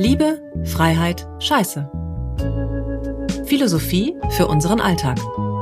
Liebe, Freiheit, Scheiße. Philosophie für unseren Alltag.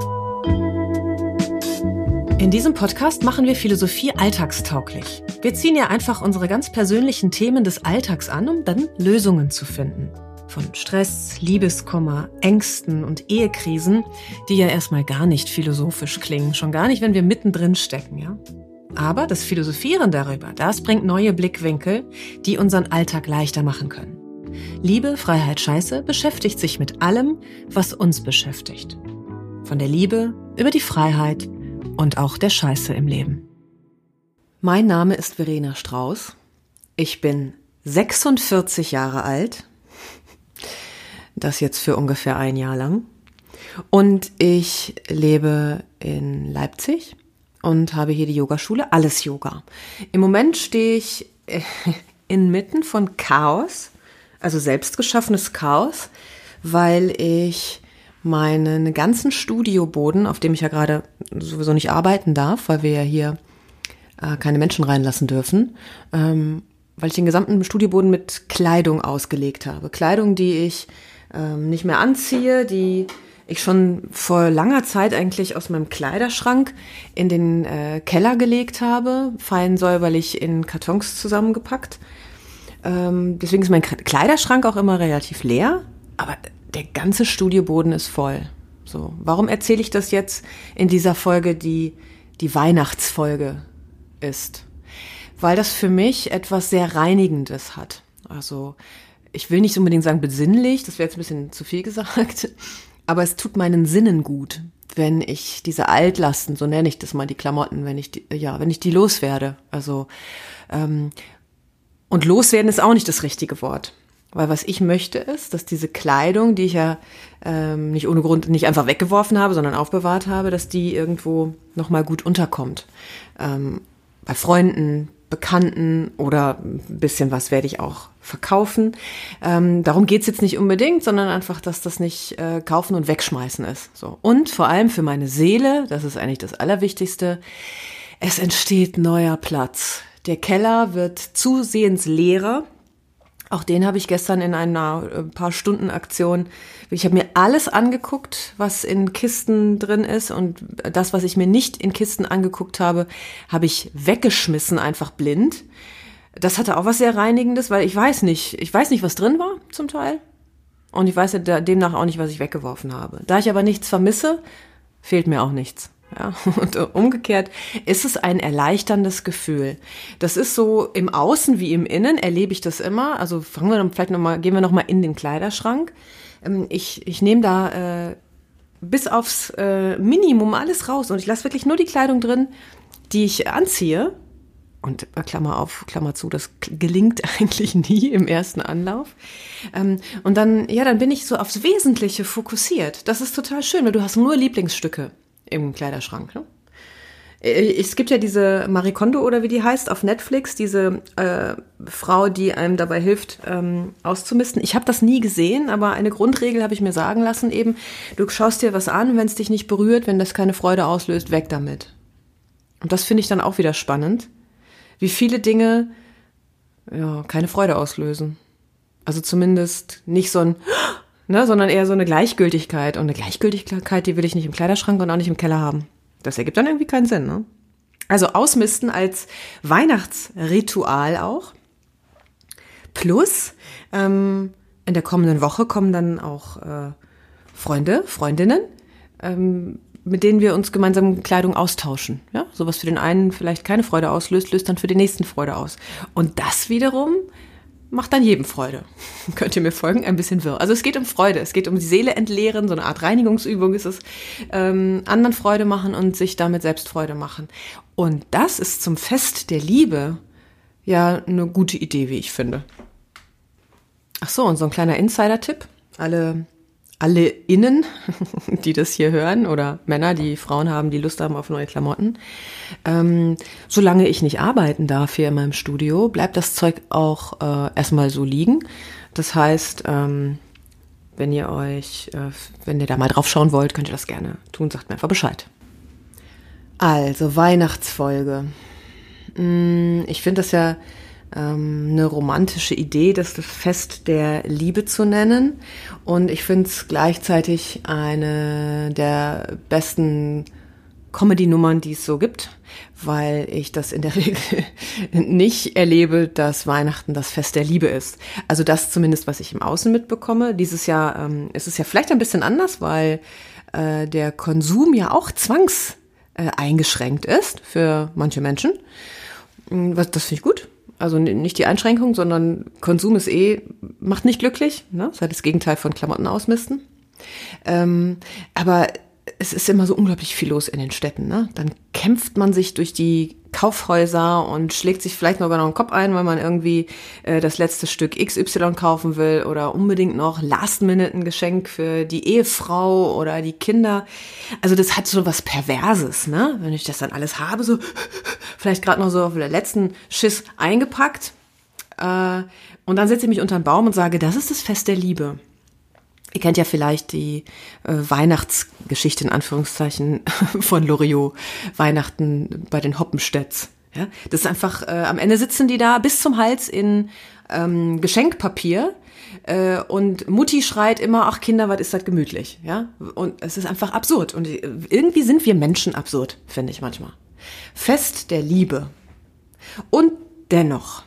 In diesem Podcast machen wir Philosophie alltagstauglich. Wir ziehen ja einfach unsere ganz persönlichen Themen des Alltags an, um dann Lösungen zu finden. Von Stress, Liebeskummer, Ängsten und Ehekrisen, die ja erstmal gar nicht philosophisch klingen, schon gar nicht, wenn wir mittendrin stecken, ja? Aber das Philosophieren darüber, das bringt neue Blickwinkel, die unseren Alltag leichter machen können. Liebe, Freiheit, Scheiße beschäftigt sich mit allem, was uns beschäftigt. Von der Liebe über die Freiheit und auch der Scheiße im Leben. Mein Name ist Verena Strauß. Ich bin 46 Jahre alt. Das jetzt für ungefähr ein Jahr lang. Und ich lebe in Leipzig und habe hier die Yogaschule Alles Yoga. Im Moment stehe ich inmitten von Chaos, also selbstgeschaffenes Chaos, weil ich meinen ganzen Studioboden, auf dem ich ja gerade sowieso nicht arbeiten darf, weil wir ja hier keine Menschen reinlassen dürfen, weil ich den gesamten Studioboden mit Kleidung ausgelegt habe. Kleidung, die ich nicht mehr anziehe, die ich schon vor langer Zeit eigentlich aus meinem Kleiderschrank in den Keller gelegt habe, fein säuberlich in Kartons zusammengepackt. Deswegen ist mein Kleiderschrank auch immer relativ leer, aber der ganze Studioboden ist voll. So, warum erzähle ich das jetzt in dieser Folge, die Weihnachtsfolge ist? Weil das für mich etwas sehr Reinigendes hat. Also ich will nicht unbedingt sagen besinnlich, das wäre jetzt ein bisschen zu viel gesagt, aber es tut meinen Sinnen gut, wenn ich diese Altlasten, so nenne ich das mal, die Klamotten, wenn ich die loswerde. Also und loswerden ist auch nicht das richtige Wort. Weil was ich möchte ist, dass diese Kleidung, die ich ja nicht ohne Grund nicht einfach weggeworfen habe, sondern aufbewahrt habe, dass die irgendwo nochmal gut unterkommt. Bei Freunden, Bekannten oder ein bisschen was werde ich auch verkaufen. Darum geht's jetzt nicht unbedingt, sondern einfach, dass das nicht kaufen und wegschmeißen ist. So. Und vor allem für meine Seele, das ist eigentlich das Allerwichtigste, es entsteht neuer Platz. Der Keller wird zusehends leerer. Auch den habe ich gestern in einer paar Stunden Aktion. Ich habe mir alles angeguckt, was in Kisten drin ist, und das, was ich mir nicht in Kisten angeguckt habe, habe ich weggeschmissen, einfach blind. Das hatte auch was sehr Reinigendes, weil ich weiß nicht, was drin war zum Teil, und ich weiß ja demnach auch nicht, was ich weggeworfen habe. Da ich aber nichts vermisse, fehlt mir auch nichts. Ja, und umgekehrt ist es ein erleichterndes Gefühl. Das ist so im Außen wie im Innen, erlebe ich das immer. Also gehen wir noch mal in den Kleiderschrank. Ich nehme da bis aufs Minimum alles raus, und ich lasse wirklich nur die Kleidung drin, die ich anziehe. Und Klammer auf, Klammer zu, das gelingt eigentlich nie im ersten Anlauf. Und dann bin ich so aufs Wesentliche fokussiert. Das ist total schön, weil du hast nur Lieblingsstücke im Kleiderschrank. Ne? Es gibt ja diese Marie Kondo, oder wie die heißt, auf Netflix, diese Frau, die einem dabei hilft, auszumisten. Ich habe das nie gesehen, aber eine Grundregel habe ich mir sagen lassen, eben, du schaust dir was an, wenn es dich nicht berührt, wenn das keine Freude auslöst, weg damit. Und das finde ich dann auch wieder spannend, wie viele Dinge keine Freude auslösen. Also zumindest nicht so ein sondern eher so eine Gleichgültigkeit. Und eine Gleichgültigkeit, die will ich nicht im Kleiderschrank und auch nicht im Keller haben. Das ergibt dann irgendwie keinen Sinn, ne? Also ausmisten als Weihnachtsritual auch. Plus, in der kommenden Woche kommen dann auch Freunde, Freundinnen, mit denen wir uns gemeinsam Kleidung austauschen. Ja? So was für den einen vielleicht keine Freude auslöst, löst dann für den nächsten Freude aus. Und das wiederum macht dann jedem Freude. Könnt ihr mir folgen? Ein bisschen wirr. Also es geht um Freude, es geht um die Seele entleeren, so eine Art Reinigungsübung ist es. Anderen Freude machen und sich damit selbst Freude machen. Und das ist zum Fest der Liebe ja eine gute Idee, wie ich finde. Ach so, und so ein kleiner Insider-Tipp. Alle Innen, die das hier hören, oder Männer, die Frauen haben, die Lust haben auf neue Klamotten. Solange ich nicht arbeiten darf hier in meinem Studio, bleibt das Zeug auch erstmal so liegen. Das heißt, wenn ihr da mal drauf schauen wollt, könnt ihr das gerne tun, sagt mir einfach Bescheid. Also, Weihnachtsfolge. Ich finde das ja eine romantische Idee, das Fest der Liebe zu nennen. Und ich finde es gleichzeitig eine der besten Comedy-Nummern, die es so gibt, weil ich das in der Regel nicht erlebe, dass Weihnachten das Fest der Liebe ist. Also das zumindest, was ich im Außen mitbekomme. Dieses Jahr ist es ja vielleicht ein bisschen anders, weil der Konsum ja auch eingeschränkt ist für manche Menschen. Das finde ich gut. Also nicht die Einschränkung, sondern Konsum ist macht nicht glücklich. Ne? Das ist halt das Gegenteil von Klamotten ausmisten. Aber es ist immer so unglaublich viel los in den Städten. Ne? Dann kämpft man sich durch die Kaufhäuser und schlägt sich vielleicht noch den Kopf ein, weil man irgendwie das letzte Stück XY kaufen will oder unbedingt noch Last-Minute ein Geschenk für die Ehefrau oder die Kinder. Also das hat so was Perverses, ne? Wenn ich das dann alles habe, so vielleicht gerade noch so auf der letzten Schiss eingepackt. Und dann setze ich mich unter den Baum und sage, das ist das Fest der Liebe. Ihr kennt ja vielleicht die Weihnachtsgeschichte in Anführungszeichen von Loriot, Weihnachten bei den Hoppenstedts. Ja, das ist einfach, am Ende sitzen die da bis zum Hals in Geschenkpapier und Mutti schreit immer, ach Kinder, was ist das gemütlich? Ja, und es ist einfach absurd. Und irgendwie sind wir Menschen absurd, finde ich manchmal. Fest der Liebe. Und dennoch,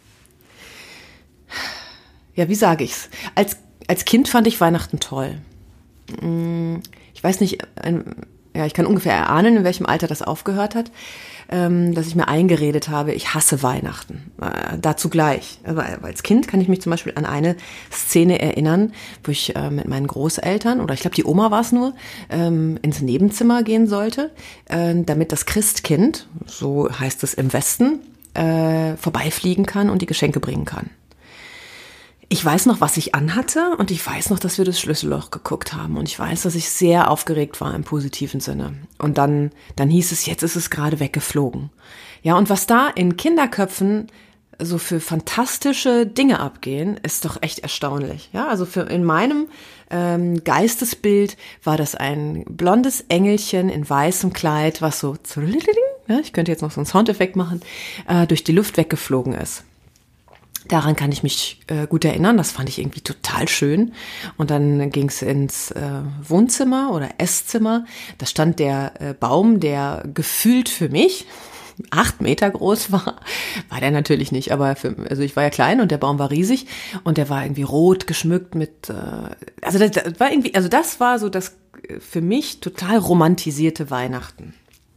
ja, wie sage ich's? Als Kind fand ich Weihnachten toll. Ich weiß nicht, ich kann ungefähr erahnen, in welchem Alter das aufgehört hat, dass ich mir eingeredet habe, ich hasse Weihnachten. Dazu gleich. Aber als Kind kann ich mich zum Beispiel an eine Szene erinnern, wo ich mit meinen Großeltern, oder ich glaube die Oma war es nur, ins Nebenzimmer gehen sollte, damit das Christkind, so heißt es im Westen, vorbeifliegen kann und die Geschenke bringen kann. Ich weiß noch, was ich anhatte und ich weiß noch, dass wir das Schlüsselloch geguckt haben und ich weiß, dass ich sehr aufgeregt war im positiven Sinne. Und dann hieß es, jetzt ist es gerade weggeflogen. Ja, und was da in Kinderköpfen so für fantastische Dinge abgehen, ist doch echt erstaunlich. Ja, also in meinem Geistesbild war das ein blondes Engelchen in weißem Kleid, was so, ja, ich könnte jetzt noch so einen Soundeffekt machen, durch die Luft weggeflogen ist. Daran kann ich mich gut erinnern, das fand ich irgendwie total schön. Und dann ging es ins Wohnzimmer oder Esszimmer. Da stand der Baum, der gefühlt für mich 8 Meter groß war. War der natürlich nicht, aber also ich war ja klein und der Baum war riesig und der war irgendwie rot geschmückt mit, also das war irgendwie, also das war so das für mich total romantisierte Weihnachten.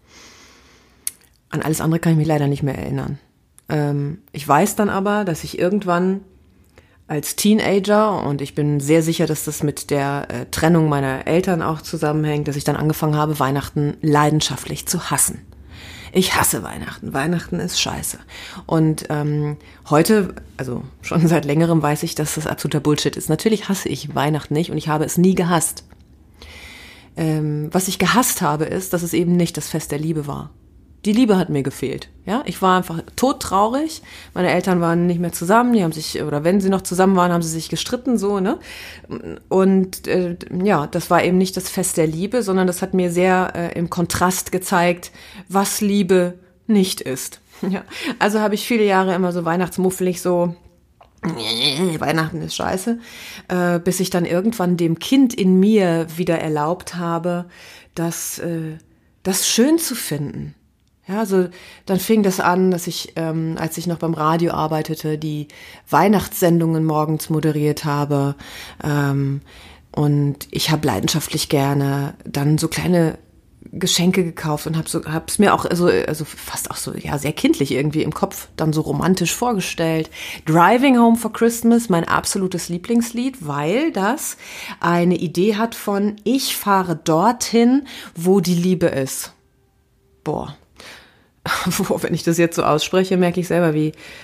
An alles andere kann ich mich leider nicht mehr erinnern. Ich weiß dann aber, dass ich irgendwann als Teenager, und ich bin sehr sicher, dass das mit der Trennung meiner Eltern auch zusammenhängt, dass ich dann angefangen habe, Weihnachten leidenschaftlich zu hassen. Ich hasse Weihnachten. Weihnachten ist scheiße. Und heute, also schon seit längerem weiß ich, dass das absoluter Bullshit ist. Natürlich hasse ich Weihnachten nicht und ich habe es nie gehasst. Was ich gehasst habe, ist, dass es eben nicht das Fest der Liebe war. Die Liebe hat mir gefehlt. Ja, ich war einfach todtraurig. Meine Eltern waren nicht mehr zusammen. Die haben sich, oder wenn sie noch zusammen waren, haben sie sich gestritten, so, ne? Und ja, das war eben nicht das Fest der Liebe, sondern das hat mir sehr im Kontrast gezeigt, was Liebe nicht ist. Ja, also habe ich viele Jahre immer so weihnachtsmuffelig so, Weihnachten ist scheiße, bis ich dann irgendwann dem Kind in mir wieder erlaubt habe, das schön zu finden. Ja, also dann fing das an, dass ich, als ich noch beim Radio arbeitete, die Weihnachtssendungen morgens moderiert habe. Und ich habe leidenschaftlich gerne dann so kleine Geschenke gekauft und hab's mir auch also fast auch so ja sehr kindlich irgendwie im Kopf dann so romantisch vorgestellt. Driving Home for Christmas, mein absolutes Lieblingslied, weil das eine Idee hat von ich fahre dorthin, wo die Liebe ist. Boah, wenn ich das jetzt so ausspreche, merke ich selber,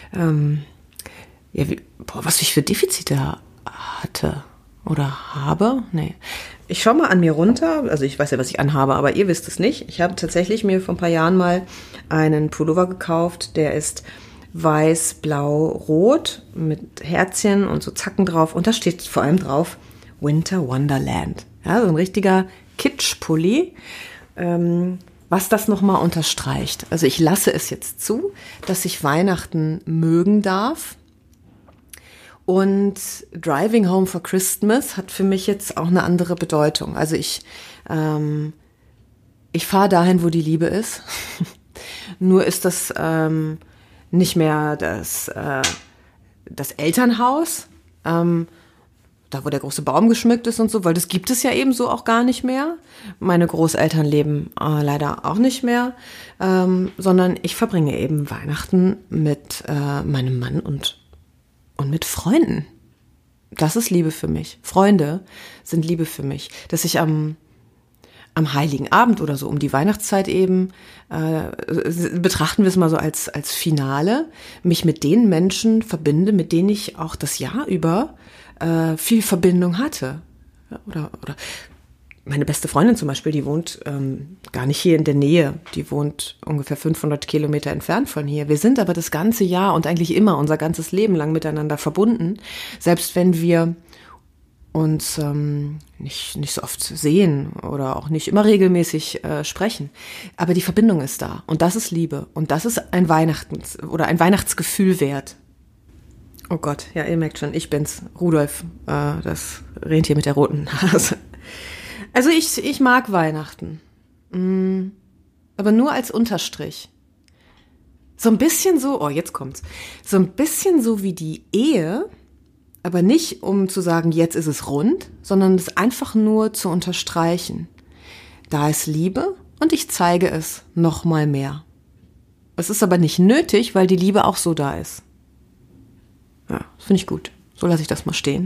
was ich für Defizite hatte oder habe. Nee. Ich schaue mal an mir runter, also ich weiß ja, was ich anhabe, aber ihr wisst es nicht. Ich habe tatsächlich mir vor ein paar Jahren mal einen Pullover gekauft, der ist weiß, blau, rot mit Herzchen und so Zacken drauf und da steht vor allem drauf Winter Wonderland. Ja, so ein richtiger Kitsch-Pulli. was das nochmal unterstreicht. Also ich lasse es jetzt zu, dass ich Weihnachten mögen darf. Und Driving Home for Christmas hat für mich jetzt auch eine andere Bedeutung. Also ich fahre dahin, wo die Liebe ist. Nur ist das nicht mehr das Elternhaus, da wo der große Baum geschmückt ist und so, weil das gibt es ja eben so auch gar nicht mehr. Meine Großeltern leben leider auch nicht mehr, sondern ich verbringe eben Weihnachten mit meinem Mann und mit Freunden. Das ist Liebe für mich. Freunde sind Liebe für mich. Dass ich am Heiligen Abend oder so um die Weihnachtszeit eben, betrachten wir es mal so als Finale, mich mit den Menschen verbinde, mit denen ich auch das Jahr über viel Verbindung hatte. Ja, oder meine beste Freundin zum Beispiel, die wohnt gar nicht hier in der Nähe, die wohnt ungefähr 500 Kilometer entfernt von hier. Wir sind aber das ganze Jahr und eigentlich immer unser ganzes Leben lang miteinander verbunden, selbst wenn wir uns nicht so oft sehen oder auch nicht immer regelmäßig sprechen. Aber die Verbindung ist da und das ist Liebe und das ist ein Weihnachtsgefühl wert. Oh Gott, ja, ihr merkt schon, ich bin's, Rudolf, das Rentier mit der roten Nase. Also ich mag Weihnachten, aber nur als Unterstrich. So ein bisschen so, oh jetzt kommt's, so ein bisschen so wie die Ehe, aber nicht, um zu sagen, jetzt ist es rund, sondern es einfach nur zu unterstreichen. Da ist Liebe und ich zeige es noch mal mehr. Es ist aber nicht nötig, weil die Liebe auch so da ist. Ja, das finde ich gut. So lasse ich das mal stehen.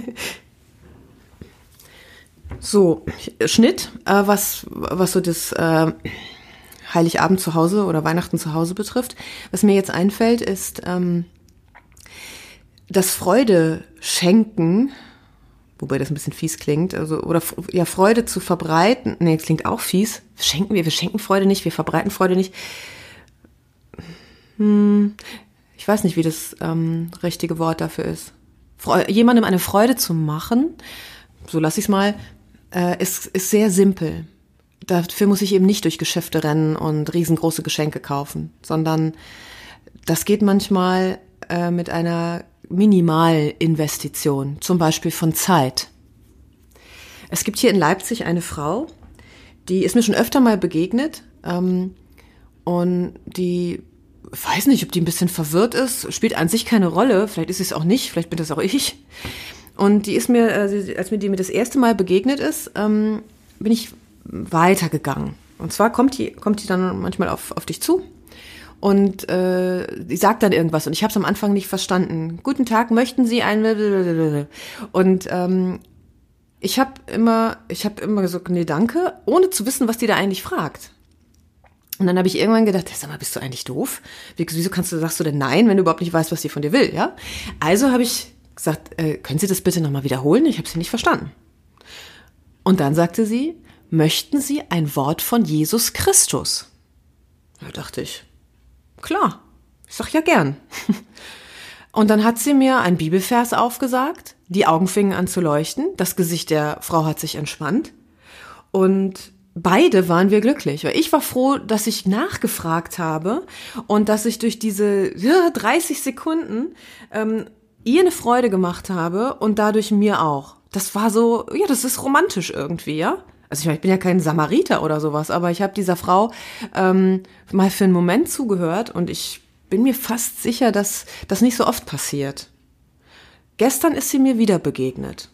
So, Schnitt, was so das Heiligabend zu Hause oder Weihnachten zu Hause betrifft. Was mir jetzt einfällt, ist das Freude schenken, wobei das ein bisschen fies klingt, also oder ja Freude zu verbreiten. Nee, das klingt auch fies. Wir schenken Freude nicht, wir verbreiten Freude nicht. Ich weiß nicht, wie das richtige Wort dafür ist. Jemandem eine Freude zu machen, so lasse ich es mal, ist sehr simpel. Dafür muss ich eben nicht durch Geschäfte rennen und riesengroße Geschenke kaufen, sondern das geht manchmal mit einer Minimalinvestition, zum Beispiel von Zeit. Es gibt hier in Leipzig eine Frau, die ist mir schon öfter mal begegnet und die, weiß nicht, ob die ein bisschen verwirrt ist, spielt an sich keine Rolle, vielleicht ist sie es auch nicht, vielleicht bin das auch ich. Und die ist mir, als mir das erste Mal begegnet ist, bin ich weitergegangen. Und zwar kommt die dann manchmal auf dich zu und die sagt dann irgendwas und ich habe es am Anfang nicht verstanden. Guten Tag, möchten Sie ein... Und ich habe immer gesagt, nee, danke, ohne zu wissen, was die da eigentlich fragt. Und dann habe ich irgendwann gedacht, sag mal, bist du eigentlich doof? Wieso sagst du denn nein, wenn du überhaupt nicht weißt, was sie von dir will, ja? Also habe ich gesagt, können Sie das bitte nochmal wiederholen? Ich habe sie nicht verstanden. Und dann sagte sie, möchten Sie ein Wort von Jesus Christus? Da dachte ich, klar, ich sag ja gern. Und dann hat sie mir einen Bibelvers aufgesagt, die Augen fingen an zu leuchten, das Gesicht der Frau hat sich entspannt und beide waren wir glücklich, weil ich war froh, dass ich nachgefragt habe und dass ich durch diese 30 Sekunden ihr eine Freude gemacht habe und dadurch mir auch. Das war so, ja, das ist romantisch irgendwie, ja. Also ich meine, ich bin ja kein Samariter oder sowas, aber ich habe dieser Frau mal für einen Moment zugehört und ich bin mir fast sicher, dass das nicht so oft passiert. Gestern ist sie mir wieder begegnet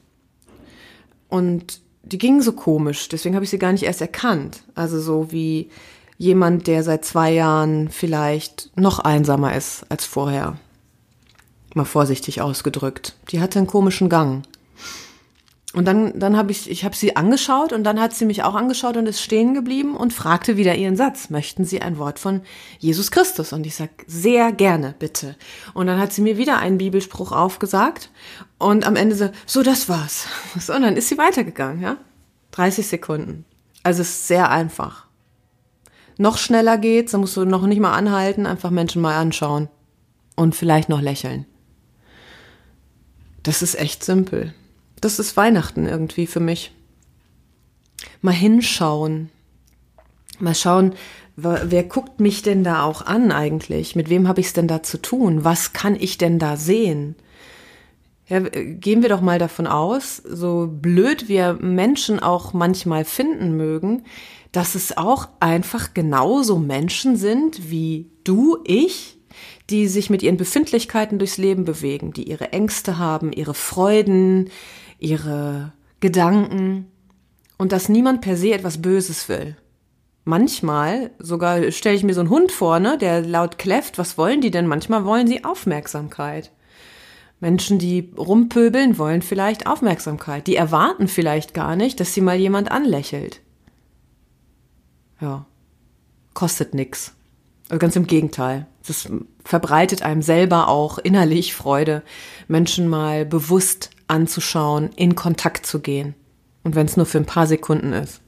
und die ging so komisch, deswegen habe ich sie gar nicht erst erkannt. Also so wie jemand, der seit 2 Jahren vielleicht noch einsamer ist als vorher. Mal vorsichtig ausgedrückt. Die hatte einen komischen Gang. Und dann habe ich habe sie angeschaut und dann hat sie mich auch angeschaut und ist stehen geblieben und fragte wieder ihren Satz. Möchten Sie ein Wort von Jesus Christus? Und ich sag, sehr gerne, bitte. Und dann hat sie mir wieder einen Bibelspruch aufgesagt und am Ende so, das war's. So, und dann ist sie weitergegangen, ja. 30 Sekunden. Also es ist sehr einfach. Noch schneller geht's, dann musst du noch nicht mal anhalten, einfach Menschen mal anschauen und vielleicht noch lächeln. Das ist echt simpel. Das ist Weihnachten irgendwie für mich. Mal hinschauen. Mal schauen, wer guckt mich denn da auch an eigentlich? Mit wem habe ich es denn da zu tun? Was kann ich denn da sehen? Ja, gehen wir doch mal davon aus, so blöd wir Menschen auch manchmal finden mögen, dass es auch einfach genauso Menschen sind wie du, ich, die sich mit ihren Befindlichkeiten durchs Leben bewegen, die ihre Ängste haben, ihre Freuden, ihre Gedanken und dass niemand per se etwas Böses will. Manchmal, sogar stelle ich mir so einen Hund vor, ne, der laut kläfft, was wollen die denn? Manchmal wollen sie Aufmerksamkeit. Menschen, die rumpöbeln, wollen vielleicht Aufmerksamkeit. Die erwarten vielleicht gar nicht, dass sie mal jemand anlächelt. Ja, kostet nix. Also ganz im Gegenteil. Das verbreitet einem selber auch innerlich Freude, Menschen mal bewusst anzuschauen, in Kontakt zu gehen. Und wenn es nur für ein paar Sekunden ist.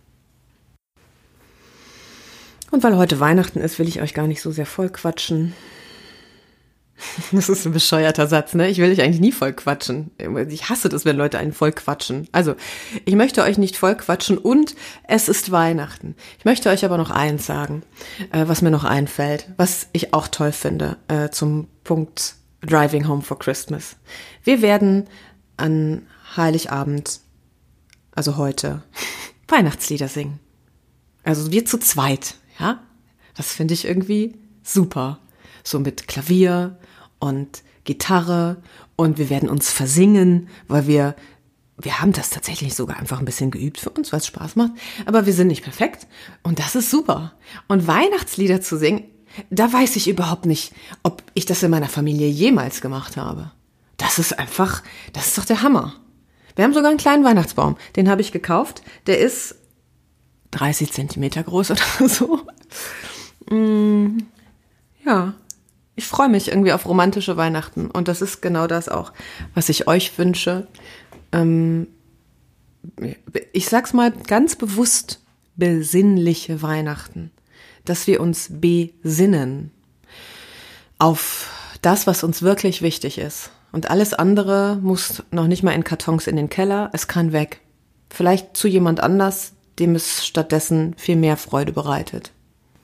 Und weil heute Weihnachten ist, will ich euch gar nicht so sehr voll quatschen. Das ist ein bescheuerter Satz, ne? Ich will dich eigentlich nie voll quatschen. Ich hasse das, wenn Leute einen voll quatschen. Also, ich möchte euch nicht voll quatschen und es ist Weihnachten. Ich möchte euch aber noch eins sagen, was mir noch einfällt, was ich auch toll finde, zum Punkt Driving Home for Christmas. Wir werden an Heiligabend, also heute, Weihnachtslieder singen. Also wir zu zweit, ja? Das finde ich irgendwie super. So mit Klavier und Gitarre und wir werden uns versingen, weil wir haben das tatsächlich sogar einfach ein bisschen geübt für uns, weil es Spaß macht, aber wir sind nicht perfekt und das ist super. Und Weihnachtslieder zu singen, da weiß ich überhaupt nicht, ob ich das in meiner Familie jemals gemacht habe. Das ist doch der Hammer. Wir haben sogar einen kleinen Weihnachtsbaum, den habe ich gekauft, der ist 30 Zentimeter groß oder so. Ja, ich freue mich irgendwie auf romantische Weihnachten und das ist genau das auch, was ich euch wünsche. Ich sag's mal ganz bewusst, besinnliche Weihnachten, dass wir uns besinnen auf das, was uns wirklich wichtig ist. Und alles andere muss noch nicht mal in Kartons in den Keller, es kann weg. Vielleicht zu jemand anders, dem es stattdessen viel mehr Freude bereitet.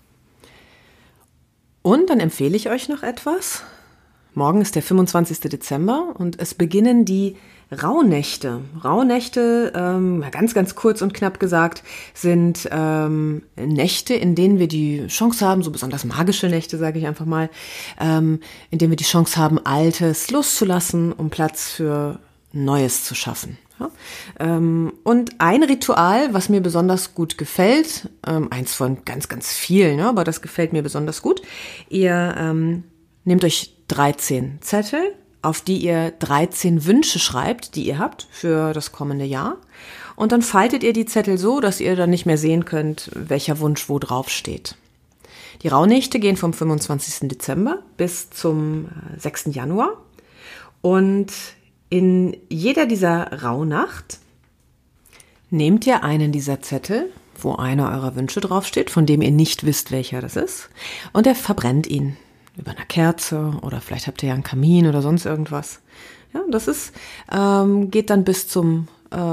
Und dann empfehle ich euch noch etwas. Morgen ist der 25. Dezember und es beginnen die Rauhnächte. Rauhnächte, ganz, ganz kurz und knapp gesagt, sind Nächte, in denen wir die Chance haben, so besonders magische Nächte, sage ich einfach mal, in denen wir die Chance haben, Altes loszulassen, um Platz für Neues zu schaffen. Ja. Und ein Ritual, was mir besonders gut gefällt, eins von ganz, ganz vielen, aber das gefällt mir besonders gut. Ihr nehmt euch 13 Zettel, auf die ihr 13 Wünsche schreibt, die ihr habt für das kommende Jahr. Und dann faltet ihr die Zettel so, dass ihr dann nicht mehr sehen könnt, welcher Wunsch wo drauf steht. Die Rauhnächte gehen vom 25. Dezember bis zum 6. Januar. Und in jeder dieser Rauhnacht nehmt ihr einen dieser Zettel, wo einer eurer Wünsche draufsteht, von dem ihr nicht wisst, welcher das ist, und ihr verbrennt ihn über einer Kerze oder vielleicht habt ihr ja einen Kamin oder sonst irgendwas. Ja, das ist geht dann bis zum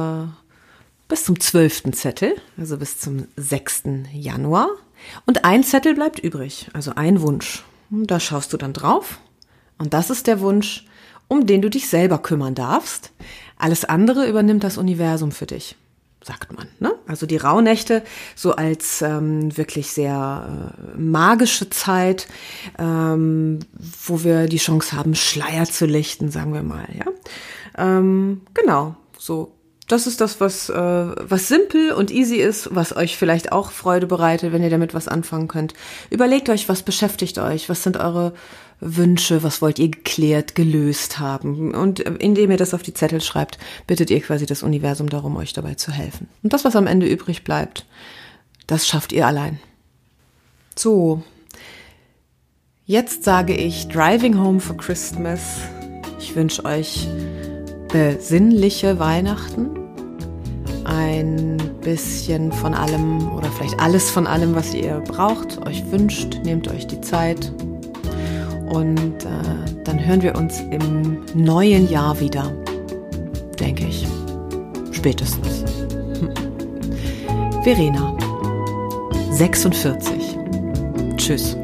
12. Zettel, also bis zum 6. Januar. Und ein Zettel bleibt übrig, also ein Wunsch. Und da schaust du dann drauf und das ist der Wunsch, um den du dich selber kümmern darfst. Alles andere übernimmt das Universum für dich, sagt man. Ne? Also die Rauhnächte so als wirklich sehr magische Zeit, wo wir die Chance haben, Schleier zu lichten, sagen wir mal. Ja, genau. So, das ist das, was simpel und easy ist, was euch vielleicht auch Freude bereitet, wenn ihr damit was anfangen könnt. Überlegt euch, was beschäftigt euch, was sind eure Wünsche, was wollt ihr geklärt, gelöst haben. Und indem ihr das auf die Zettel schreibt, bittet ihr quasi das Universum darum, euch dabei zu helfen. Und das, was am Ende übrig bleibt, das schafft ihr allein. So, jetzt sage ich Driving Home for Christmas. Ich wünsche euch besinnliche Weihnachten. Ein bisschen von allem oder vielleicht alles von allem, was ihr braucht, euch wünscht. Nehmt euch die Zeit. Und dann hören wir uns im neuen Jahr wieder, denke ich. Spätestens. Verena. 46. Tschüss.